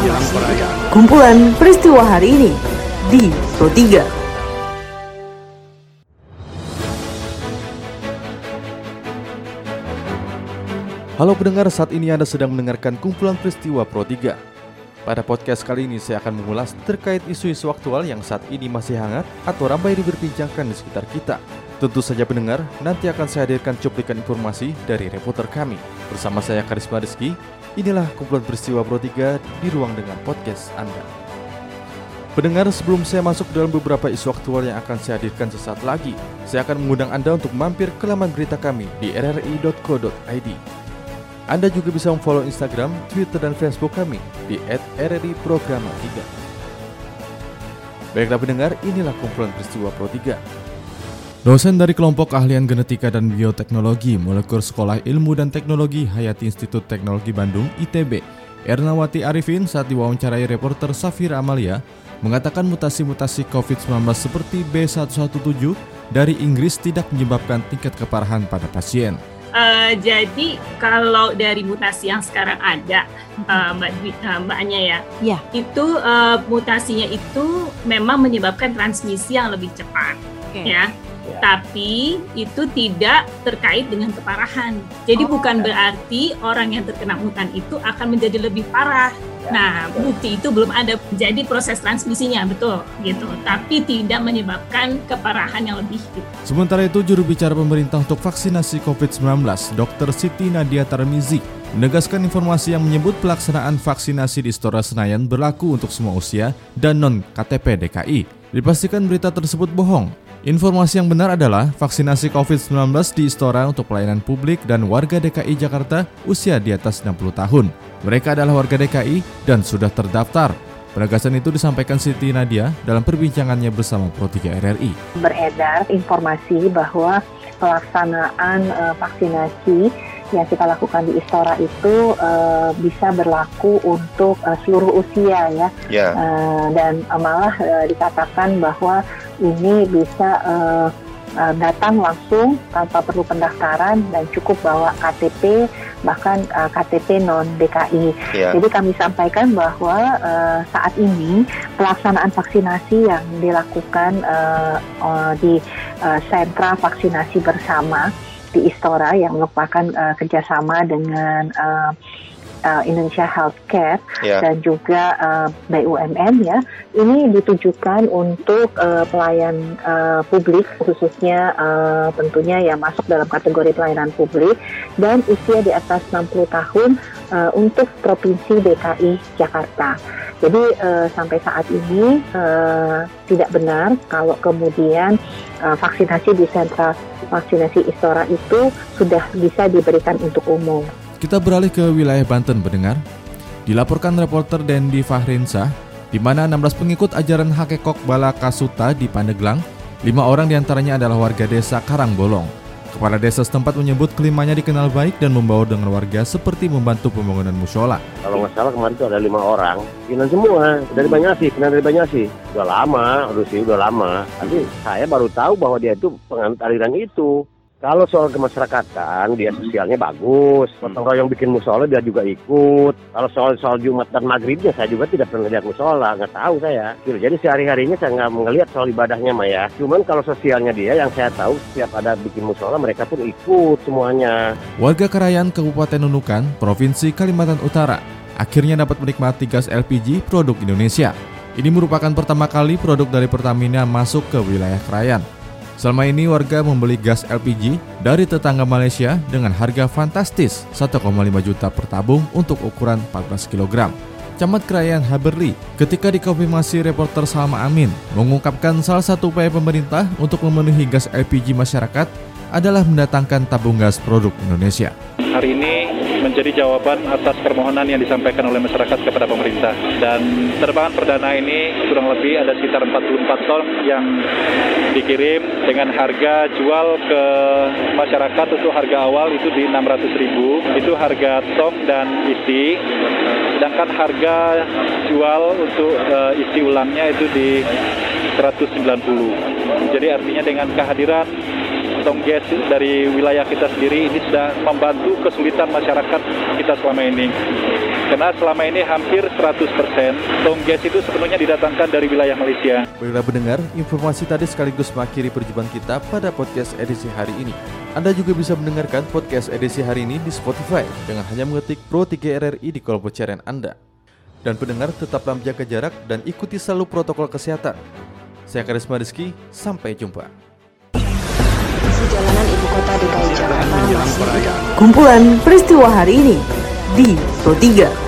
informasi, kumpulan peristiwa hari ini di Pro3. Halo pendengar, saat ini Anda sedang mendengarkan kumpulan peristiwa Pro3. Pada podcast kali ini saya akan mengulas terkait isu-isu aktual yang saat ini masih hangat atau ramai diperbincangkan di sekitar kita. Tentu saja pendengar, nanti akan saya hadirkan cuplikan informasi dari reporter kami. Bersama saya Karisma Rizky, inilah kumpulan peristiwa Pro3 di ruang dengar podcast Anda. Pendengar, sebelum saya masuk dalam beberapa isu aktual yang akan saya hadirkan sesaat lagi, saya akan mengundang Anda untuk mampir ke laman berita kami di rri.co.id. Anda juga bisa memfollow Instagram, Twitter, dan Facebook kami di @rri_programa3. Baiklah pendengar, inilah kumpulan peristiwa Pro3. Dosen dari kelompok keahlian genetika dan bioteknologi Molekul Sekolah Ilmu dan Teknologi Hayati Institut Teknologi Bandung (ITB), Ernawati Arifin saat diwawancarai reporter Safira Amalia mengatakan mutasi-mutasi COVID-19 seperti B117 dari Inggris tidak menyebabkan tingkat keparahan pada pasien. Jadi kalau dari mutasi yang sekarang ada, Mbaknya ya, itu mutasinya itu memang menyebabkan transmisi yang lebih cepat, ya. Tapi itu tidak terkait dengan keparahan. Jadi bukan berarti orang yang terkena mutan itu akan menjadi lebih parah. Nah, bukti itu belum ada. Jadi proses transmisinya betul gitu, tapi tidak menyebabkan keparahan yang lebih gitu. Sementara itu, juru bicara pemerintah untuk vaksinasi COVID-19, Dr. Siti Nadia Tarmizi, menegaskan informasi yang menyebut pelaksanaan vaksinasi di Istora Senayan berlaku untuk semua usia dan non-KTP DKI. Dipastikan berita tersebut bohong. Informasi yang benar adalah vaksinasi COVID-19 di Istora untuk pelayanan publik dan warga DKI Jakarta usia di atas 60 tahun. Mereka adalah warga DKI dan sudah terdaftar. Penegasan itu disampaikan Siti Nadia dalam perbincangannya bersama Pro3 RRI. Beredar informasi bahwa pelaksanaan vaksinasi yang kita lakukan di Istora itu bisa berlaku untuk seluruh usia ya. Dan malah dikatakan bahwa ini bisa datang langsung tanpa perlu pendaftaran dan cukup bawa KTP, bahkan KTP non-DKI. Jadi kami sampaikan bahwa saat ini pelaksanaan vaksinasi yang dilakukan di sentra vaksinasi bersama di Istora yang merupakan kerjasama dengan Indonesia Healthcare dan juga BUMN ya, ini ditujukan untuk pelayan publik, khususnya tentunya yang masuk dalam kategori pelayanan publik dan usia di atas 60 tahun untuk Provinsi DKI Jakarta. Jadi sampai saat ini tidak benar kalau kemudian vaksinasi di sentra vaksinasi Istora itu sudah bisa diberikan untuk umum. Kita beralih ke wilayah Banten, pendengar. Dilaporkan reporter Dendi Fahrinsah, di mana 16 pengikut ajaran Hakekok Bala Kasuta di Pandeglang, 5 orang diantaranya adalah warga desa Karangbolong. Kepala desa setempat menyebut kelimanya dikenal baik dan membaur dengan warga seperti membantu pembangunan mushola. Kalau nggak salah kemarin itu ada 5 orang, kinan semua dari Banyasi. Udah lama. Tapi saya baru tahu bahwa dia itu penganut aliran itu. Kalau soal kemasyarakatan, dia sosialnya bagus. Gotong royong bikin musola, dia juga ikut. Kalau soal Jumat dan Maghribnya, saya juga tidak pernah lihat musola. Nggak tahu saya. Jadi sehari-harinya saya nggak ngelihat soal ibadahnya, Maya. Cuman kalau sosialnya dia, yang saya tahu, setiap ada bikin musola, mereka pun ikut semuanya. Warga Karayan, Kabupaten Nunukan, Provinsi Kalimantan Utara, akhirnya dapat menikmati gas LPG produk Indonesia. Ini merupakan pertama kali produk dari Pertamina masuk ke wilayah Krayan. Selama ini warga membeli gas LPG dari tetangga Malaysia dengan harga fantastis 1,5 juta per tabung untuk ukuran 14 kg. Camat Krayan Haberli ketika dikonfirmasi reporter Salma Amin mengungkapkan salah satu upaya pemerintah untuk memenuhi gas LPG masyarakat adalah mendatangkan tabung gas produk Indonesia. Hari ini menjadi jawaban atas permohonan yang disampaikan oleh masyarakat kepada pemerintah. Dan terbangan perdana ini kurang lebih ada sekitar 44 ton yang dikirim dengan harga jual ke masyarakat untuk harga awal itu di 600.000, itu harga tong dan isi. Sedangkan harga jual untuk isi ulangnya itu di 190. Jadi artinya dengan kehadiran tong gas dari wilayah kita sendiri ini sudah membantu kesulitan masyarakat kita selama ini. Karena selama ini hampir 100% tongges itu sepenuhnya didatangkan dari wilayah Malaysia. Baiklah pendengar, informasi tadi sekaligus mengakhiri perjumpaan kita pada podcast edisi hari ini. Anda juga bisa mendengarkan podcast edisi hari ini di Spotify dengan hanya mengetik Pro 3 RRI di kolom pencarian Anda. Dan pendengar tetaplah menjaga jarak dan ikuti selalu protokol kesehatan. Saya Karisma Rizky, sampai jumpa. Perjalanan ibu kota DKI Jakarta masih Kumpulan peristiwa hari ini di Pro 3.